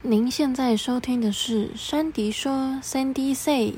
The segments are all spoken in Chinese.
您现在收听的是珊迪说 Sandy Say。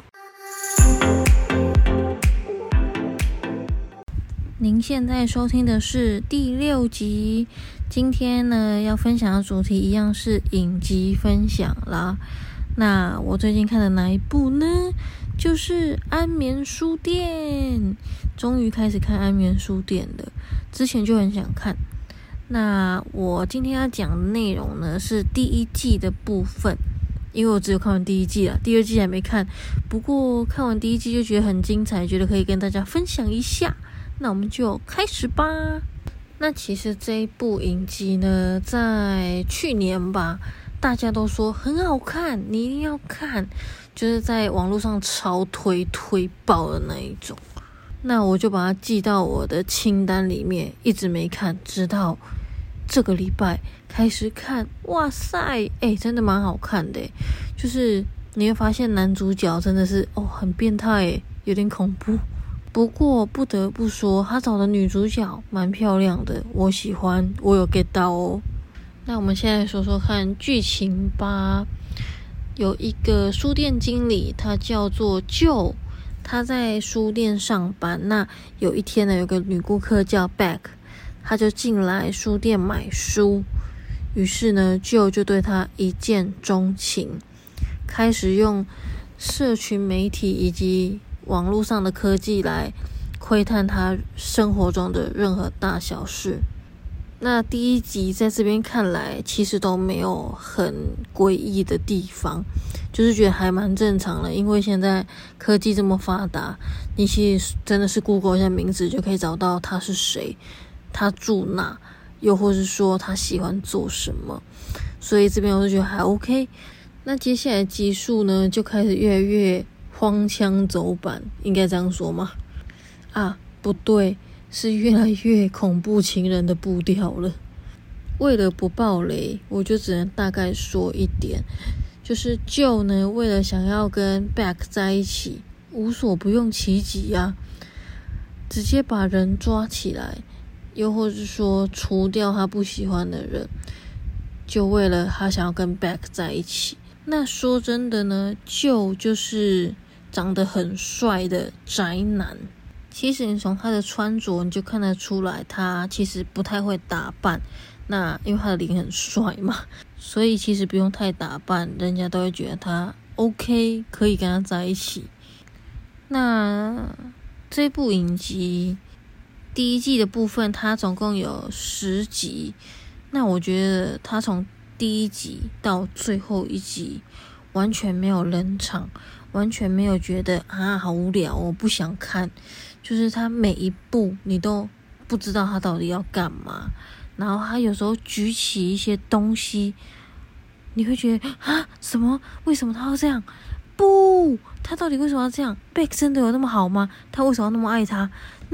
您现在收听的是第6集。今天呢要分享的主题一样是影集分享啦。那我最近看的哪一部呢？就是安眠书店。终于开始看安眠书店了，之前就很想看。那我今天要讲的内容呢是第1季的部分，因为我只有看完第1季啦，第2季还没看。不过看完第1季就觉得很精彩，觉得可以跟大家分享一下。那我们就开始吧。那其实这一部影集呢，在去年吧，大家都说很好看，你一定要看，就是在网络上超推爆的那一种。那我就把它记到我的清单里面，一直没看，直到这个礼拜开始看。哇塞，真的蛮好看的。就是你会发现男主角真的是很变态，有点恐怖。不过不得不说，他找的女主角蛮漂亮的，我喜欢，我有 get 到哦。那我们现在说说看剧情吧。有一个书店经理，他叫做Joe，他在书店上班。那有一天呢，有个女顾客叫 Beck， 他就进来书店买书。于是呢，Joe就对他一见钟情，开始用社群媒体以及网络上的科技来窥探他生活中的任何大小事。那第1集在这边看来其实都没有很诡异的地方，就是觉得还蛮正常的。因为现在科技这么发达，你其实真的是 Google 一下名字就可以找到他是谁，他住哪，又或是说他喜欢做什么。所以这边我就觉得还 OK。 那接下来集数呢就开始越来越荒腔走板，应该这样说吗？不对，是越来越恐怖情人的步调了。为了不爆雷，我就只能大概说一点，就是 Joe 呢，为了想要跟 Beck 在一起，无所不用其极啊，直接把人抓起来，又或是说除掉他不喜欢的人，就为了他想要跟 Beck 在一起。那说真的呢，Joe就是长得很帅的宅男。其实你从他的穿着你就看得出来，他其实不太会打扮。那因为他的脸很帅嘛，所以其实不用太打扮，人家都会觉得他 OK， 可以跟他在一起。那这部影集第1季的部分，它总共有10集。那我觉得他从第1集到最后1集完全没有冷场，完全没有觉得好无聊，我不想看。就是他每一步你都不知道他到底要干嘛，然后他有时候举起一些东西，你会觉得什么？为什么他要这样？不，他到底为什么要这样？ Beck 真的有那么好吗？他为什么要那么爱他？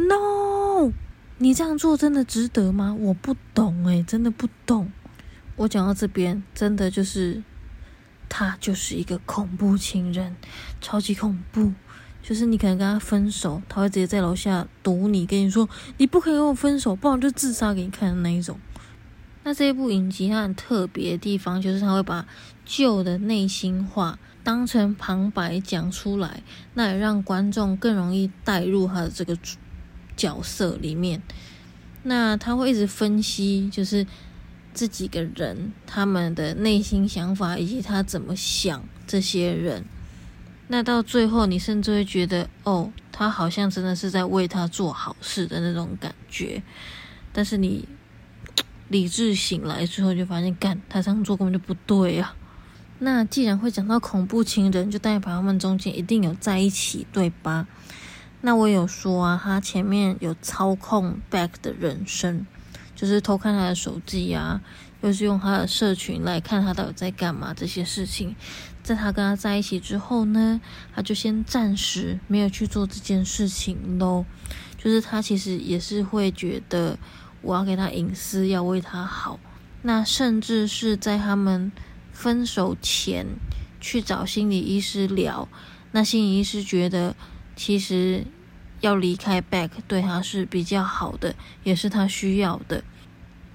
No， 你这样做真的值得吗？我不懂真的不懂。我讲到这边，真的就是他就是一个恐怖情人，超级恐怖。就是你可能跟他分手，他会直接在楼下堵你，跟你说你不可以跟我分手，不然我就自杀给你看的那一种。那这一部影集它很特别的地方，就是他会把Joe的内心话当成旁白讲出来，那也让观众更容易带入他的这个角色里面。那他会一直分析，就是这几个人他们的内心想法以及他怎么想这些人。那到最后你甚至会觉得他好像真的是在为他做好事的那种感觉。但是你理智醒来之后就发现他这样做根本就不对啊。那既然会讲到恐怖情人，就代表他们中间一定有在一起，对吧？那我有说他前面有操控 Beck 的人生，就是偷看他的手机又是用他的社群来看他到底在干嘛，这些事情。在他跟他在一起之后呢，他就先暂时没有去做这件事情咯。就是他其实也是会觉得我要给他隐私，要为他好。那甚至是在他们分手前去找心理医师聊，那心理医师觉得其实要离开 Beck 对他是比较好的，也是他需要的。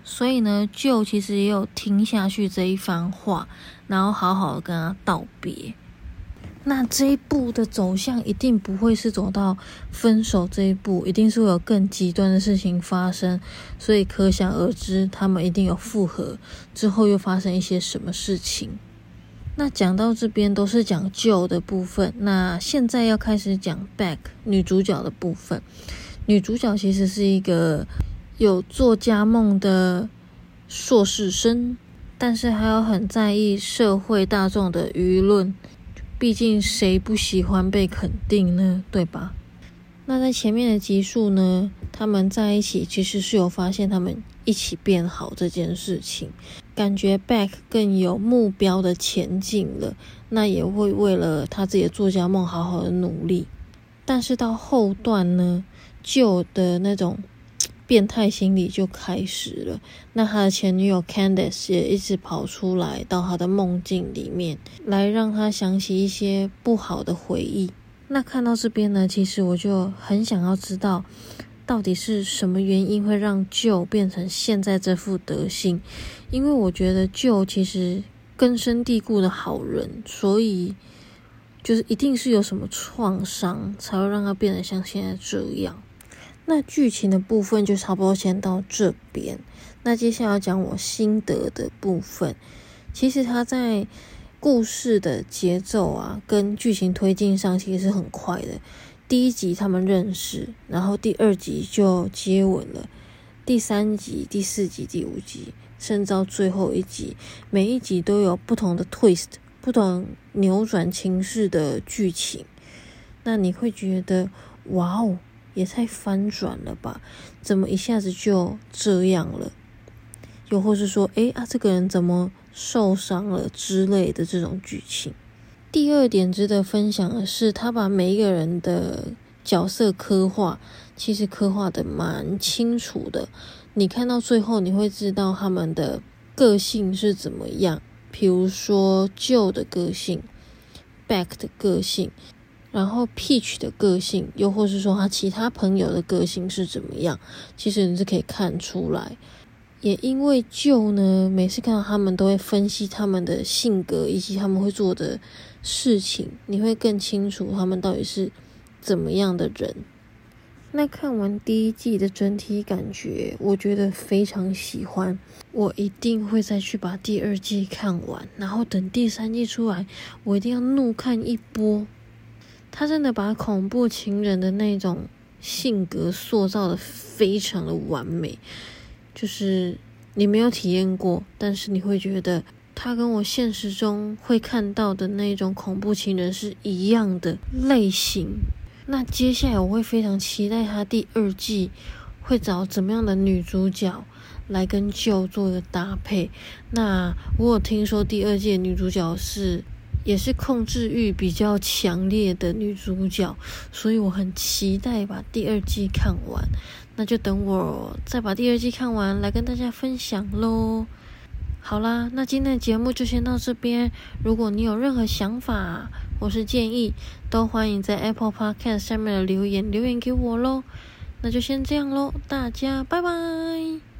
所以呢Joe其实也有听下去这一番话，然后好好的跟他道别。那这一步的走向一定不会是走到分手这一步，一定是会有更极端的事情发生，所以可想而知他们一定有复合，之后又发生一些什么事情。那讲到这边都是讲Joe的部分，那现在要开始讲 Beck 女主角的部分。女主角其实是一个有作家梦的硕士生，但是还有很在意社会大众的舆论，毕竟谁不喜欢被肯定呢，对吧？那在前面的集数呢，他们在一起其实是有发现他们一起变好这件事情，感觉 Beck 更有目标的前进了，那也会为了他自己的作家梦好好的努力。但是到后段呢，Joe的那种变态心理就开始了，那他的前女友 Candace 也一直跑出来到他的梦境里面，来让他想起一些不好的回忆。那看到这边呢，其实我就很想要知道到底是什么原因会让 Joe 变成现在这副德性，因为我觉得 Joe 其实根深蒂固的好人，所以就是一定是有什么创伤才会让他变得像现在这样。那剧情的部分就差不多先到这边，那接下来要讲我心得的部分。其实他在故事的节奏啊跟剧情推进上其实是很快的，第一集他们认识，然后第2集就接吻了，第3集、第4集、第5集，甚至到最后一集，每一集都有不同的 twist， 不同扭转情势的剧情。那你会觉得哇哦，也太翻转了吧，怎么一下子就这样了，又或是说这个人怎么受伤了之类的这种剧情。第2点值得分享的是，他把每一个人的角色刻画其实刻画的蛮清楚的，你看到最后你会知道他们的个性是怎么样，比如说 Joe 的个性， Beck 的个性，然后 Peach 的个性，又或是说他其他朋友的个性是怎么样，其实你是可以看出来。也因为Joe呢，每次看到他们都会分析他们的性格以及他们会做的事情，你会更清楚他们到底是怎么样的人。那看完第1季的整体感觉，我觉得非常喜欢，我一定会再去把第2季看完，然后等第3季出来，我一定要怒看一波。他真的把恐怖情人的那种性格塑造的非常的完美，就是你没有体验过，但是你会觉得他跟我现实中会看到的那种恐怖情人是一样的类型。那接下来我会非常期待他第2季会找怎么样的女主角来跟Joe做一个搭配。那我有听说第2季的女主角也是控制欲比较强烈的女主角，所以我很期待把第2季看完。那就等我再把第2季看完来跟大家分享咯。好啦，那今天的节目就先到这边，如果你有任何想法或是建议，都欢迎在 Apple Podcast 下面的留言给我咯。那就先这样咯，大家拜拜。